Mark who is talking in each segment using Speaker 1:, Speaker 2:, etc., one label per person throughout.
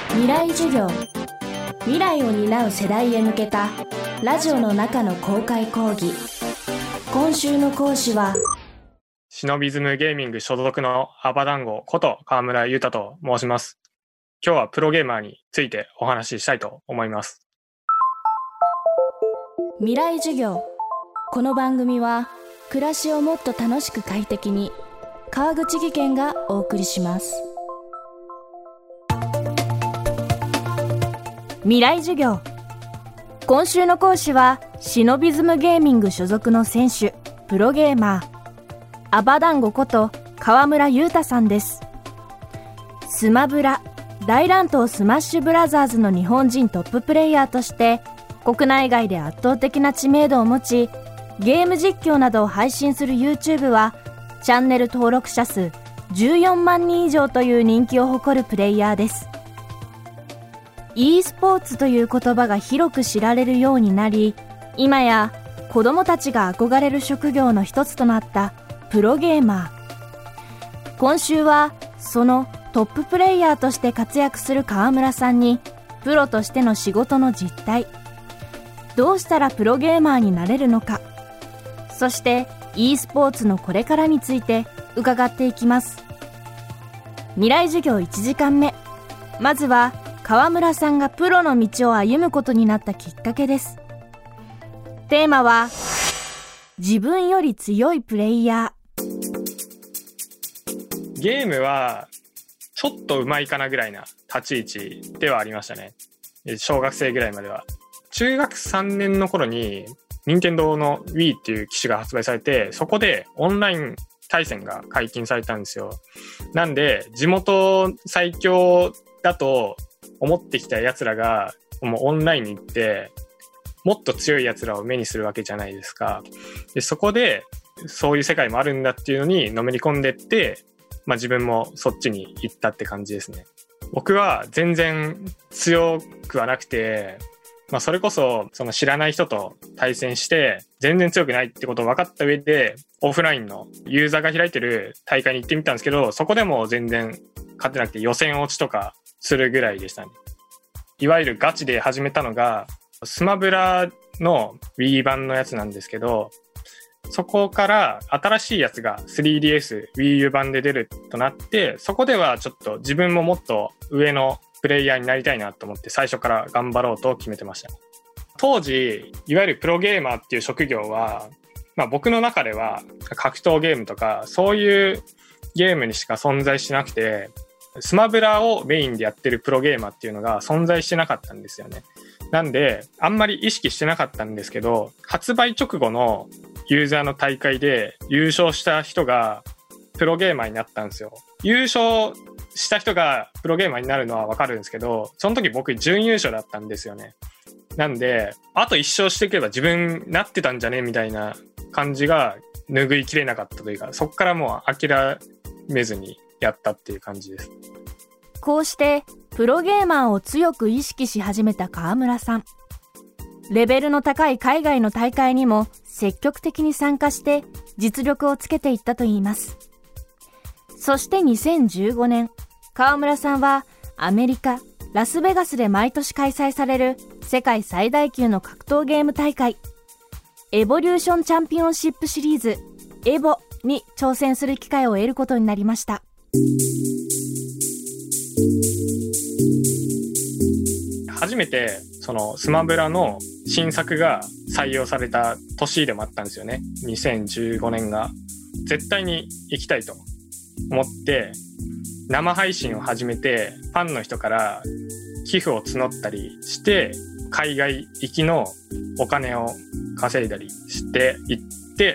Speaker 1: 未来授業。未来を担う世代へ向けたラジオの中の公開講義。今週の講師は
Speaker 2: シノビズムゲーミング所属のアバ団子こと川村裕太と申します。今日はプロゲーマーについてお話ししたいと思います。
Speaker 1: 未来授業。この番組は暮らしをもっと楽しく快適に、川口義賢がお送りします。未来授業。今週の講師はシノビズムゲーミング所属の選手、プロゲーマーアバ団子こと川村裕太さんです。スマブラ大乱闘スマッシュブラザーズの日本人トッププレイヤーとして国内外で圧倒的な知名度を持ち、ゲーム実況などを配信する YouTube はチャンネル登録者数14万人以上という人気を誇るプレイヤーです。e スポーツという言葉が広く知られるようになり、今や子どもたちが憧れる職業の一つとなったプロゲーマー。今週はそのトッププレイヤーとして活躍する川村さんに、プロとしての仕事の実態、どうしたらプロゲーマーになれるのか、そして e スポーツのこれからについて伺っていきます。未来授業1時間目。まずは川村さんがプロの道を歩むことになったきっかけです。テーマは自分より強いプレイヤ
Speaker 2: ー。ゲームはちょっと上手いかなぐらいな立ち位置ではありましたね。小学生ぐらいまでは。中学3年の頃に任天堂の Wii っていう機種が発売されて、そこでオンライン対戦が解禁されたんですよ。なんで地元最強だと思ってきた奴らがもうオンラインに行ってもっと強い奴らを目にするわけじゃないですか。でそこでそういう世界もあるんだっていうのにのめり込んでって、自分もそっちに行ったって感じですね。僕は全然強くはなくて、それこそその知らない人と対戦して全然強くないってことを分かった上でオフラインのユーザーが開いてる大会に行ってみたんですけど、そこでも全然勝てなくて予選落ちとかするぐらいでしたね。いわゆるガチで始めたのがスマブラの Wii 版のやつなんですけど、そこから新しいやつが 3DS、Wii U 版で出るとなって、そこではちょっと自分ももっと上のプレイヤーになりたいなと思って最初から頑張ろうと決めてました。当時いわゆるプロゲーマーっていう職業は、僕の中では格闘ゲームとかそういうゲームにしか存在しなくて、スマブラをメインでやってるプロゲーマーっていうのが存在してなかったんですよね。なんであんまり意識してなかったんですけど、発売直後のユーザーの大会で優勝した人がプロゲーマーになったんですよ。優勝した人がプロゲーマーになるのはわかるんですけど、その時僕準優勝だったんですよね。なんであと一勝していけば自分なってたんじゃねみたいな感じが拭いきれなかったというか、そこからもう諦めずにやったっていう感じです。
Speaker 1: こうしてプロゲーマーを強く意識し始めた川村さん。レベルの高い海外の大会にも積極的に参加して実力をつけていったといいます。そして2015年、川村さんはアメリカ・ラスベガスで毎年開催される世界最大級の格闘ゲーム大会、エボリューションチャンピオンシップシリーズエボに挑戦する機会を得ることになりました。
Speaker 2: 初めてそのスマブラの新作が採用された年でもあったんですよね。2015年が絶対に行きたいと思って生配信を始めて、ファンの人から寄付を募ったりして海外行きのお金を稼いだりしていって、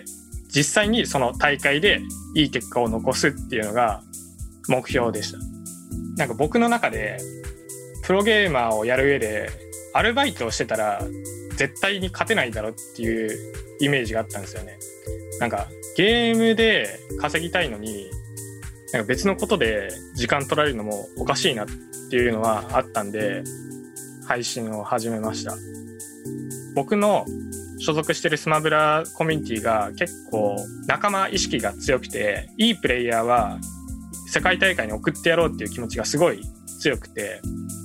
Speaker 2: 実際にその大会でいい結果を残すっていうのが目標でした。なんか僕の中でプロゲーマーをやる上でアルバイトをしてたら絶対に勝てないだろうっていうイメージがあったんですよね。なんかゲームで稼ぎたいのになんか別のことで時間取られるのもおかしいなっていうのはあったんで配信を始めました。僕の所属してるスマブラコミュニティが結構仲間意識が強くて、いいプレイヤーは世界大会に送ってやろうっていう気持ちがすごい強くて、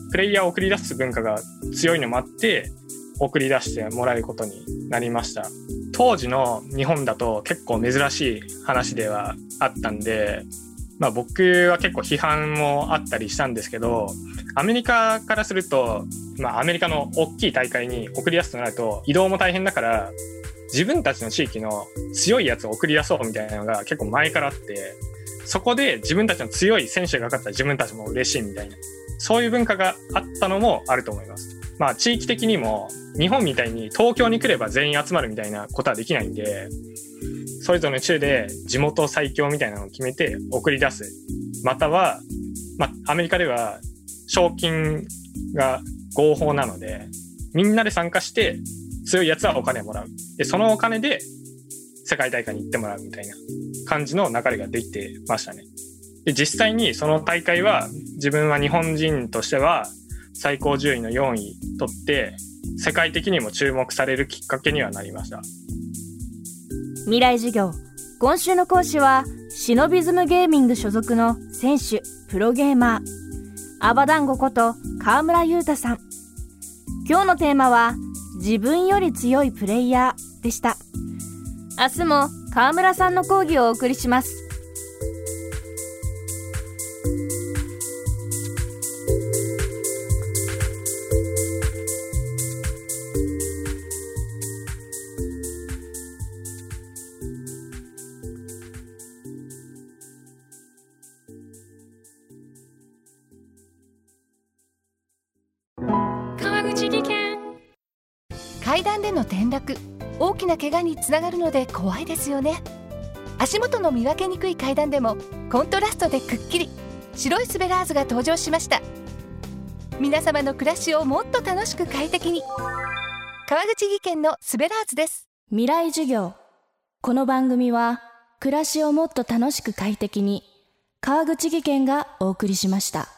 Speaker 2: プレイヤーを送り出す文化が強いのもあって送り出してもらえることになりました。当時の日本だと結構珍しい話ではあったんで、僕は結構批判もあったりしたんですけど、アメリカからすると、アメリカの大きい大会に送り出すとなると移動も大変だから、自分たちの地域の強いやつを送り出そうみたいなのが結構前からあって、そこで自分たちの強い選手が勝ったら自分たちも嬉しいみたいな、そういう文化があったのもあると思います。地域的にも日本みたいに東京に来れば全員集まるみたいなことはできないんで、それぞれの州で地元最強みたいなのを決めて送り出す。または、アメリカでは賞金が合法なので、みんなで参加して強いやつはお金をもらう。で、そのお金で世界大会に行ってもらうみたいな感じの流れができてましたね。で、実際にその大会は自分は日本人としては最高順位の4位取って世界的にも注目されるきっかけにはなりました。
Speaker 1: 未来授業、今週の講師はシノビズムゲーミング所属の選手、プロゲーマー、アバダンゴこと川村優太さん。今日のテーマは自分より強いプレイヤーでした。明日も川村さんの講義をお送りします。
Speaker 3: 階段での転落、大きな怪我につながるので怖いですよね。足元の見分けにくい階段でもコントラストでくっきり白いスベラーズが登場しました。皆様の暮らしをもっと楽しく快適に、川口技研のスベラーズです。
Speaker 1: 未来授業、この番組は暮らしをもっと楽しく快適に川口技研がお送りしました。